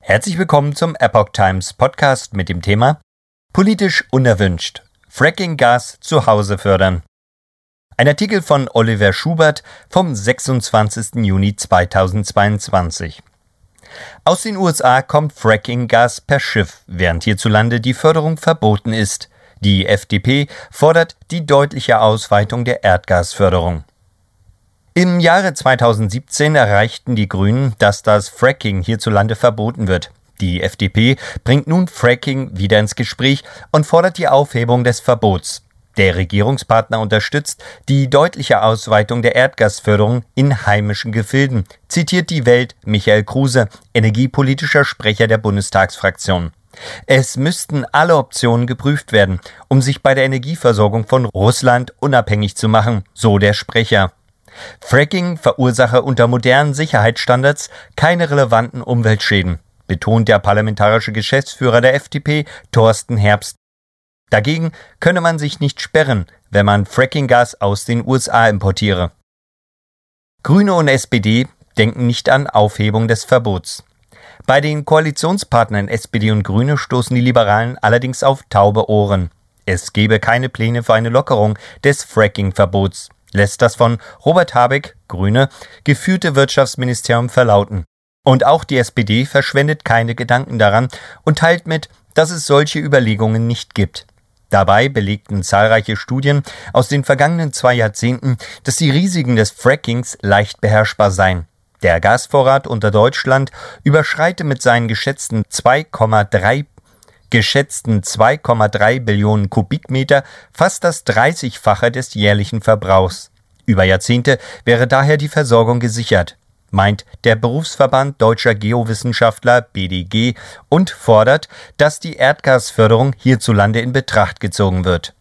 Herzlich willkommen zum Epoch Times Podcast mit dem Thema Politisch unerwünscht. Fracking-Gas zu Hause fördern. Ein Artikel von Oliver Schubert vom 26. Juni 2022. Aus den USA kommt Fracking-Gas per Schiff, während hierzulande die Förderung verboten ist. Die FDP fordert die deutliche Ausweitung der Erdgasförderung. Im Jahre 2017 erreichten die Grünen, dass das Fracking hierzulande verboten wird. Die FDP bringt nun Fracking wieder ins Gespräch und fordert die Aufhebung des Verbots. Der Regierungspartner unterstützt die deutliche Ausweitung der Erdgasförderung in heimischen Gefilden, zitiert die Welt Michael Kruse, energiepolitischer Sprecher der Bundestagsfraktion. Es müssten alle Optionen geprüft werden, um sich bei der Energieversorgung von Russland unabhängig zu machen, so der Sprecher. Fracking verursache unter modernen Sicherheitsstandards keine relevanten Umweltschäden, betont der parlamentarische Geschäftsführer der FDP, Thorsten Herbst. Dagegen könne man sich nicht sperren, wenn man Fracking-Gas aus den USA importiere. Grüne und SPD denken nicht an Aufhebung des Verbots. Bei den Koalitionspartnern SPD und Grüne stoßen die Liberalen allerdings auf taube Ohren. Es gebe keine Pläne für eine Lockerung des Fracking-Verbots, lässt das von Robert Habeck, Grüne, geführte Wirtschaftsministerium verlauten. Und auch die SPD verschwendet keine Gedanken daran und teilt mit, dass es solche Überlegungen nicht gibt. Dabei belegten zahlreiche Studien aus den vergangenen 2 Jahrzehnten, dass die Risiken des Frackings leicht beherrschbar seien. Der Gasvorrat unter Deutschland überschreite mit seinen geschätzten 2,3 Billionen Kubikmeter fast das 30-fache des jährlichen Verbrauchs. Über Jahrzehnte wäre daher die Versorgung gesichert, meint der Berufsverband Deutscher Geowissenschaftler BDG und fordert, dass die Erdgasförderung hierzulande in Betracht gezogen wird.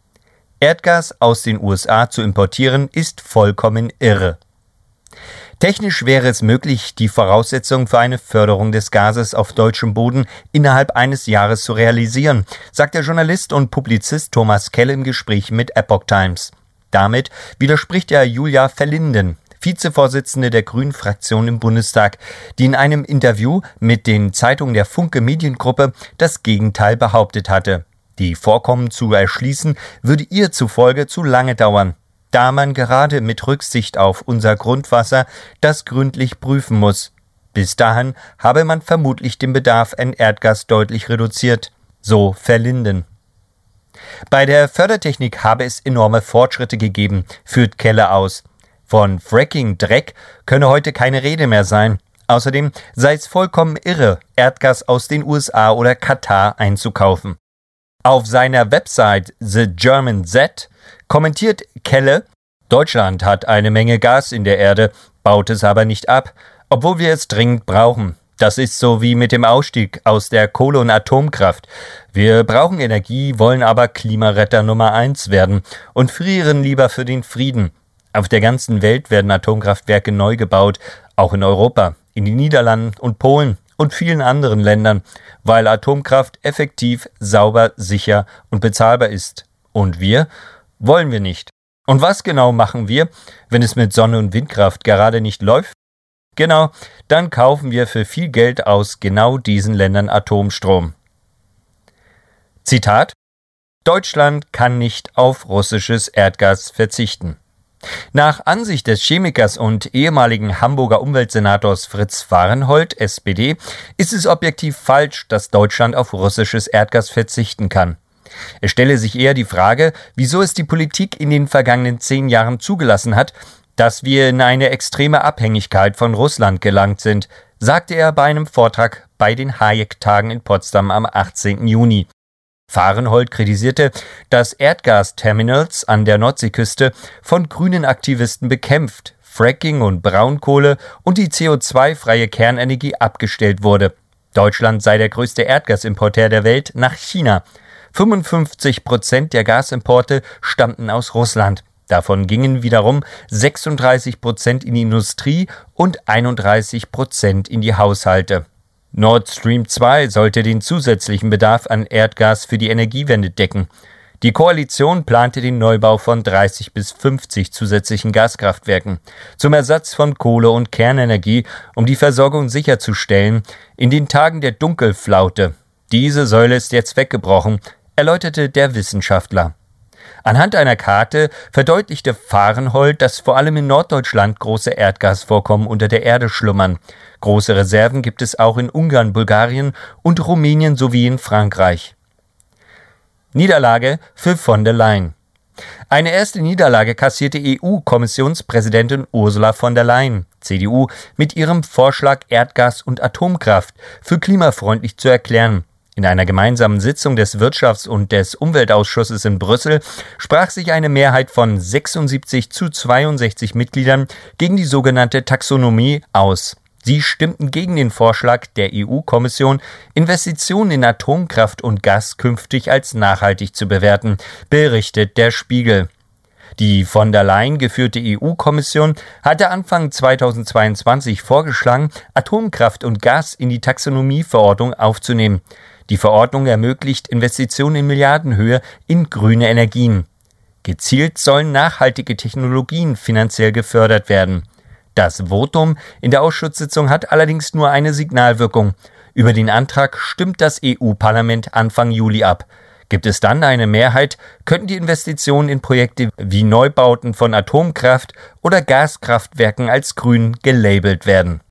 Erdgas aus den USA zu importieren ist vollkommen irre. Technisch wäre es möglich, die Voraussetzungen für eine Förderung des Gases auf deutschem Boden innerhalb eines Jahres zu realisieren, sagt der Journalist und Publizist Thomas Kelle im Gespräch mit Epoch Times. Damit widerspricht er Julia Verlinden, Vizevorsitzende der Grünen-Fraktion im Bundestag, die in einem Interview mit den Zeitungen der Funke Mediengruppe das Gegenteil behauptet hatte. Die Vorkommen zu erschließen würde ihr zufolge zu lange dauern, da man gerade mit Rücksicht auf unser Grundwasser das gründlich prüfen muss. Bis dahin habe man vermutlich den Bedarf an Erdgas deutlich reduziert, so Verlinden. Bei der Fördertechnik habe es enorme Fortschritte gegeben, führt Kelle aus. Von Fracking-Dreck könne heute keine Rede mehr sein. Außerdem sei es vollkommen irre, Erdgas aus den USA oder Katar einzukaufen. Auf seiner Website The German Z kommentiert Kelle: Deutschland hat eine Menge Gas in der Erde, baut es aber nicht ab, obwohl wir es dringend brauchen. Das ist so wie mit dem Ausstieg aus der Kohle- und Atomkraft. Wir brauchen Energie, wollen aber Klimaretter Nummer 1 werden und frieren lieber für den Frieden. Auf der ganzen Welt werden Atomkraftwerke neu gebaut, auch in Europa, in den Niederlanden und Polen und vielen anderen Ländern, weil Atomkraft effektiv, sauber, sicher und bezahlbar ist. Und wir wollen wir nicht. Und was genau machen wir, wenn es mit Sonne- und Windkraft gerade nicht läuft? Genau, dann kaufen wir für viel Geld aus genau diesen Ländern Atomstrom. Zitat: Deutschland kann nicht auf russisches Erdgas verzichten. Nach Ansicht des Chemikers und ehemaligen Hamburger Umweltsenators Fritz Fahrenhold, SPD, ist es objektiv falsch, dass Deutschland auf russisches Erdgas verzichten kann. Es stelle sich eher die Frage, wieso es die Politik in den vergangenen 10 Jahren zugelassen hat, dass wir in eine extreme Abhängigkeit von Russland gelangt sind, sagte er bei einem Vortrag bei den Hayek-Tagen in Potsdam am 18. Juni. Fahrenhold kritisierte, dass Erdgasterminals an der Nordseeküste von grünen Aktivisten bekämpft, Fracking und Braunkohle und die CO2-freie Kernenergie abgestellt wurde. Deutschland sei der größte Erdgasimporteur der Welt nach China. 55% der Gasimporte stammten aus Russland. Davon gingen wiederum 36% in die Industrie und 31% in die Haushalte. Nord Stream 2 sollte den zusätzlichen Bedarf an Erdgas für die Energiewende decken. Die Koalition plante den Neubau von 30 bis 50 zusätzlichen Gaskraftwerken zum Ersatz von Kohle- und Kernenergie, um die Versorgung sicherzustellen in den Tagen der Dunkelflaute. Diese Säule ist jetzt weggebrochen, erläuterte der Wissenschaftler. Anhand einer Karte verdeutlichte Fahrenhold, dass vor allem in Norddeutschland große Erdgasvorkommen unter der Erde schlummern. Große Reserven gibt es auch in Ungarn, Bulgarien und Rumänien sowie in Frankreich. Niederlage für von der Leyen. Eine erste Niederlage kassierte EU-Kommissionspräsidentin Ursula von der Leyen, CDU, mit ihrem Vorschlag, Erdgas und Atomkraft für klimafreundlich zu erklären. In einer gemeinsamen Sitzung des Wirtschafts- und des Umweltausschusses in Brüssel sprach sich eine Mehrheit von 76 zu 62 Mitgliedern gegen die sogenannte Taxonomie aus. Sie stimmten gegen den Vorschlag der EU-Kommission, Investitionen in Atomkraft und Gas künftig als nachhaltig zu bewerten, berichtet der Spiegel. Die von der Leyen geführte EU-Kommission hatte Anfang 2022 vorgeschlagen, Atomkraft und Gas in die Taxonomieverordnung aufzunehmen. Die Verordnung ermöglicht Investitionen in Milliardenhöhe in grüne Energien. Gezielt sollen nachhaltige Technologien finanziell gefördert werden. Das Votum in der Ausschusssitzung hat allerdings nur eine Signalwirkung. Über den Antrag stimmt das EU-Parlament Anfang Juli ab. Gibt es dann eine Mehrheit, könnten die Investitionen in Projekte wie Neubauten von Atomkraft oder Gaskraftwerken als grün gelabelt werden.